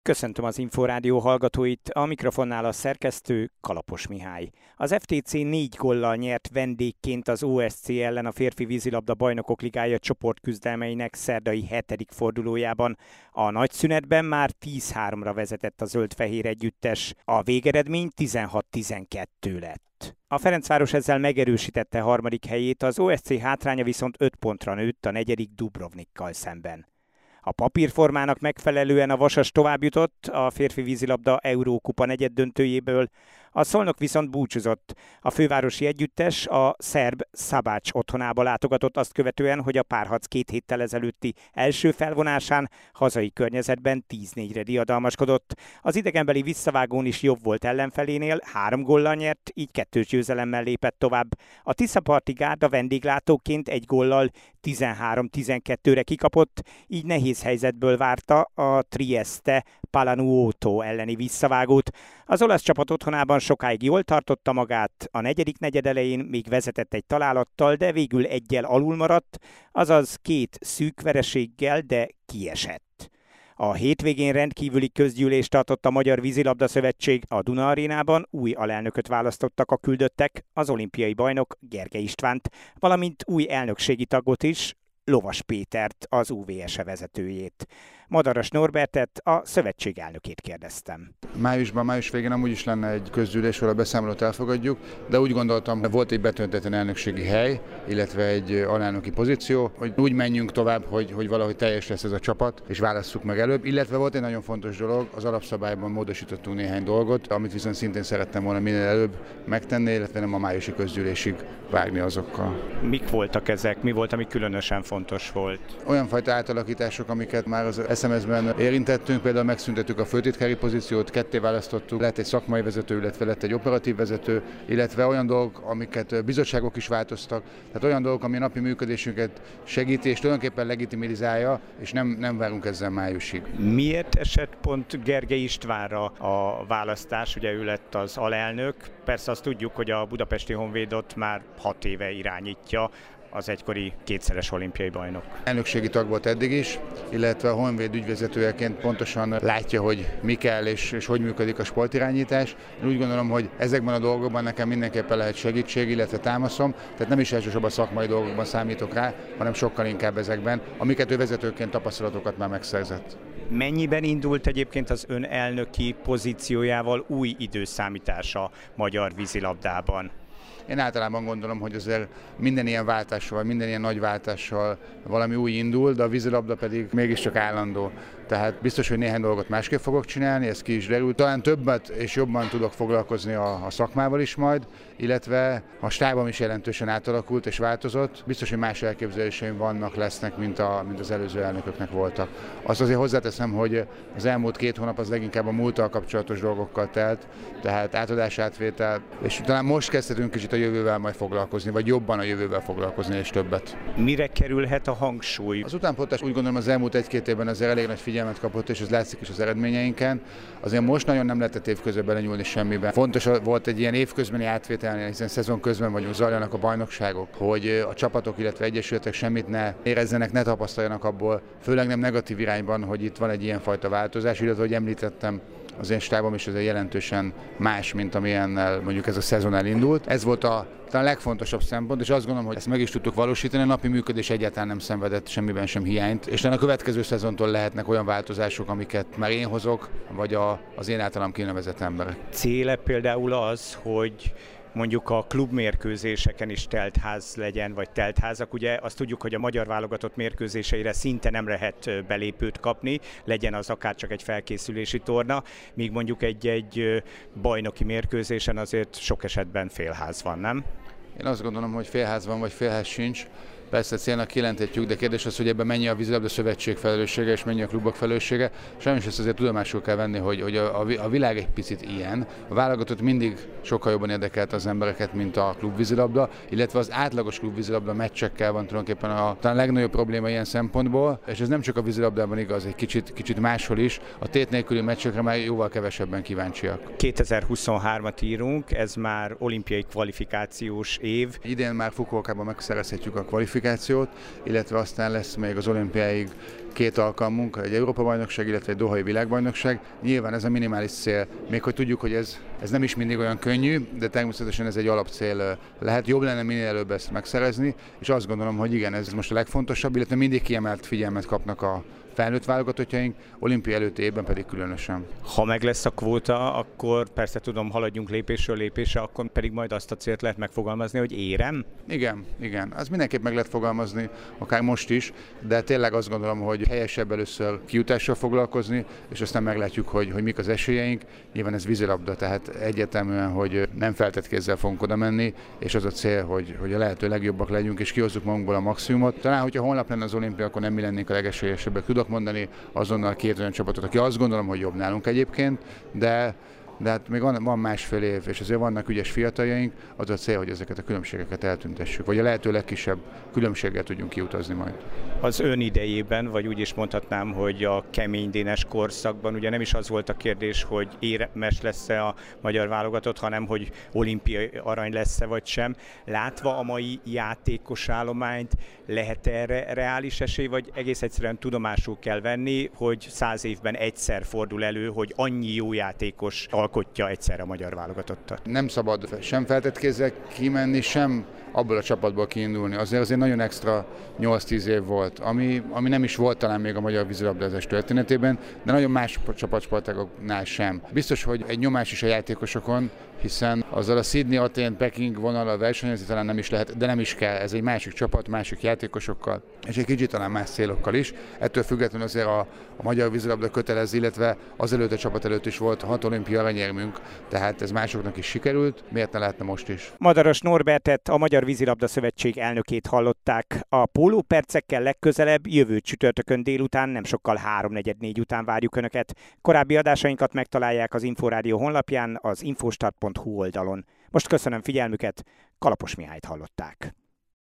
Köszöntöm az Inforádió hallgatóit, a mikrofonnál a szerkesztő Kalapos Mihály. Az FTC 4 góllal nyert vendégként az OSC ellen a férfi vízilabda bajnokok ligája csoportküzdelmeinek szerdai 7. fordulójában. A nagyszünetben már 10-3-ra vezetett a zöld-fehér együttes, a végeredmény 16-12 lett. A Ferencváros ezzel megerősítette harmadik helyét, az OSC hátránya viszont 5 pontra nőtt a 4. Dubrovnikkal szemben. A papírformának megfelelően a Vasas továbbjutott a férfi vízilabda Eurókupa negyeddöntőjéből, a Szolnok viszont búcsúzott. A fővárosi együttes a szerb Szabács otthonába látogatott azt követően, hogy a párharc 2 héttel ezelőtti első felvonásán hazai környezetben 10-4-re diadalmaskodott. Az idegenbeli visszavágón is jobb volt ellenfelénél, 3 góllal nyert, így 2-s győzelemmel lépett tovább. A Tiszaparti Gárda vendéglátóként 1 góllal 13-12-re kikapott, így nehéz helyzetből várta a Trieste Palanuoto elleni visszavágót. Az olasz csapat otthonában sokáig jól tartotta magát, a negyedik negyed elején még vezetett egy találattal, de végül 1-jel alul maradt, azaz 2 szűk vereséggel, de kiesett. A hétvégén rendkívüli közgyűlést tartott a Magyar Vízilabda Szövetség, a Duna Arénában új alelnököt választottak a küldöttek, az olimpiai bajnok Gergely Istvánt, valamint új elnökségi tagot is, Lovas Pétert, az UVSE vezetőjét. Madaras Norbertet, a szövetség elnökét kérdeztem. Május végén amúgy is lenne egy közgyűlés, ahol a beszámolót elfogadjuk, de úgy gondoltam, volt egy betöltetlen elnökségi hely, illetve egy alelnöki pozíció, hogy úgy menjünk tovább, hogy valahogy teljes lesz ez a csapat, és válasszuk meg előbb. Illetve volt egy nagyon fontos dolog, az alapszabályban módosítottunk néhány dolgot, amit viszont szintén szerettem volna minél előbb megtenni, illetve nem a májusi közgyűlésig vágni azokkal. Mik voltak ezek? Mi volt, ami különösen fontos volt? Olyan fajta átalakítások, amiket már az SMS-ben érintettünk, például megszüntettük a főtitkári pozíciót, ketté választottuk, lett egy szakmai vezető, illetve lett egy operatív vezető, illetve olyan dolgok, amiket bizottságok is változtak, tehát olyan dolgok, ami a napi működésünket segíti, és tulajdonképpen legitimizálja, és nem várunk ezzel májusig. Miért esett pont Gergely Istvánra a választás? Ugye ő lett az alelnök, persze azt tudjuk, hogy a Budapesti Honvédot már 6 éve irányítja, az egykori 2-szeres olimpiai bajnok. Elnökségi tag volt eddig is, illetve a Honvéd ügyvezetőjeként pontosan látja, hogy mi kell és hogy működik a sportirányítás. Én úgy gondolom, hogy ezekben a dolgokban nekem mindenképpen lehet segítség, illetve támaszom, tehát nem is elsősorban szakmai dolgokban számítok rá, hanem sokkal inkább ezekben, amiket ő vezetőként tapasztalatokat már megszerzett. Mennyiben indult egyébként az ön elnöki pozíciójával új időszámítás a magyar vízilabdában? Én általában gondolom, hogy azért minden ilyen váltással, minden ilyen nagy váltással valami új indul, de a vízilabda pedig mégiscsak állandó. Tehát biztos, hogy néhány dolgot másképp fogok csinálni, ez ki is derül. Talán többet és jobban tudok foglalkozni a szakmával is majd, illetve a stábom is jelentősen átalakult és változott. Biztos, hogy más elképzeléseim lesznek, mint az előző elnököknek voltak. Azt azért hozzáteszem, hogy az elmúlt 2 hónap az leginkább a múlttal kapcsolatos dolgokkal telt, tehát átadás-átvétel, és talán most kezdhetünk kicsit a jövővel majd foglalkozni, vagy jobban a jövővel foglalkozni és többet. Mire kerülhet a hangsúly? Az utánpótlás úgy gondolom az elmúlt 1-2 évben azért elég nagy figyelmet kapott, és ez látszik is az eredményeinken. Azért most nagyon nem lehetett évközben belenyúlni semmiben. Fontos volt egy ilyen évközbeni átvételnél, hiszen szezon közben vagyunk, zajlanak a bajnokságok, hogy a csapatok, illetve egyesületek semmit ne érezzenek, ne tapasztaljanak abból, főleg nem negatív irányban, hogy itt van egy ilyen fajta változás, illetve hogy említettem, az én stábom is azért jelentősen más, mint amilyennel mondjuk ez a szezon elindult. Ez volt talán a legfontosabb szempont, és azt gondolom, hogy ezt meg is tudtuk valósítani, a napi működés egyáltalán nem szenvedett semmiben sem hiányt, és talán a következő szezontól lehetnek olyan változások, amiket már én hozok, vagy az én általam kinevezett emberek. Céle például az, hogy mondjuk a klubmérkőzéseken is teltház legyen, vagy teltházak. Ugye azt tudjuk, hogy a magyar válogatott mérkőzéseire szinte nem lehet belépőt kapni, legyen az akár csak egy felkészülési torna, míg mondjuk egy bajnoki mérkőzésen azért sok esetben félház van, nem? Én azt gondolom, hogy félház van, vagy félház sincs. Persze célnak kijelentetjük, de kérdés az, hogy ebben mennyi a vízilabda szövetség felelőssége és mennyi a klubok felelőssége. Sajnos ezt azért tudomásul kell venni, hogy a világ egy picit ilyen. A válogatott mindig sokkal jobban érdekelt az embereket, mint a klubvízilabda, illetve az átlagos klubvízilabda meccsekkel van tulajdonképpen talán a legnagyobb probléma ilyen szempontból, és ez nem csak a vízilabdában igaz, egy kicsit máshol is. A tét nélküli meccsekre már jóval kevesebben kíváncsiak. 2023-at írunk, ez már olimpiai kvalifikációs év. Idén már Fukuokában megszerezhetjük a kvalifikációt, kvalifikációt, illetve aztán lesz még az olimpiáig 2 alkalmunk, egy Európa-bajnokság, illetve egy dohai világbajnokság. Nyilván ez a minimális cél, még hogy tudjuk, hogy ez nem is mindig olyan könnyű, de természetesen ez egy alapcél lehet. Jobb lenne minél előbb ezt megszerezni, és azt gondolom, hogy igen, ez most a legfontosabb, illetve mindig kiemelt figyelmet kapnak a felnőtt válogatottjaink, olimpia előtti évben pedig különösen. Ha meg lesz a kvóta, akkor persze tudom, haladjunk lépésről lépésre, akkor pedig majd azt a célt lehet megfogalmazni, hogy érem? Igen. Az mindenképp meg lehet fogalmazni, akár most is, de tényleg azt gondolom, hogy helyesebb először kijutással foglalkozni, és aztán meglátjuk, hogy mik az esélyeink. Nyilván ez vízilabda, tehát egyértelműen, hogy nem feltett kézzel fogunk oda menni, és az a cél, hogy a lehető legjobbak legyünk, és kihozzuk magunkból a maximumot. Talán, hogyha holnap lenne az olimpia, akkor nem mi lennénk a legesélyesebbek. Tudok mondani azonnal 2 olyan csapatot, aki azt gondolom, hogy jobb nálunk egyébként, de hát még van másfél év, és azért vannak ügyes fiataljaink, az a cél, hogy ezeket a különbségeket eltüntessük, vagy a lehető legkisebb különbséggel tudjunk kiutazni majd. Az ön idejében, vagy úgy is mondhatnám, hogy a keménydénes korszakban ugye nem is az volt a kérdés, hogy éremes lesz-e a magyar válogatott, hanem hogy olimpiai arany lesz-e vagy sem. Látva a mai játékos állományt, lehet erre reális esély, vagy egész egyszerűen tudomásul kell venni, hogy 100 évben egyszer fordul elő, hogy annyi jó játékos alkotja egyszerre a magyar válogatottat? Nem szabad sem feltett kézzel kimenni, sem abból a csapatból kiindulni. Azért nagyon extra 8-10 év volt, ami nem is volt talán még a magyar vízilabdázás történetében, de nagyon más csapatsportágoknál sem. Biztos, hogy egy nyomás is a játékosokon, hiszen azzal a Sydney, Atén, Peking vonallal versenyezni talán nem is lehet, de nem is kell. Ez egy másik csapat, másik játékosokkal, és egy kicsit talán más célokkal is. Ettől függetlenül azért a magyar vízilabda kötelez, illetve azelőtt a csapat előtt is volt 6 olimpia aranyérmünk, tehát ez másoknak is sikerült, miért ne lehetne most is? Madaras Norbertet, a Magyar Vízilabda Szövetség elnökét hallották. A pólópercekkel legközelebb jövő csütörtökön délután, nem sokkal 3-4 után várjuk Önöket. Korábbi adásainkat megtalálják az Inforádió honlapján, az infostart.hu oldalon. Most köszönöm figyelmüket, Kalapos Mihályt hallották.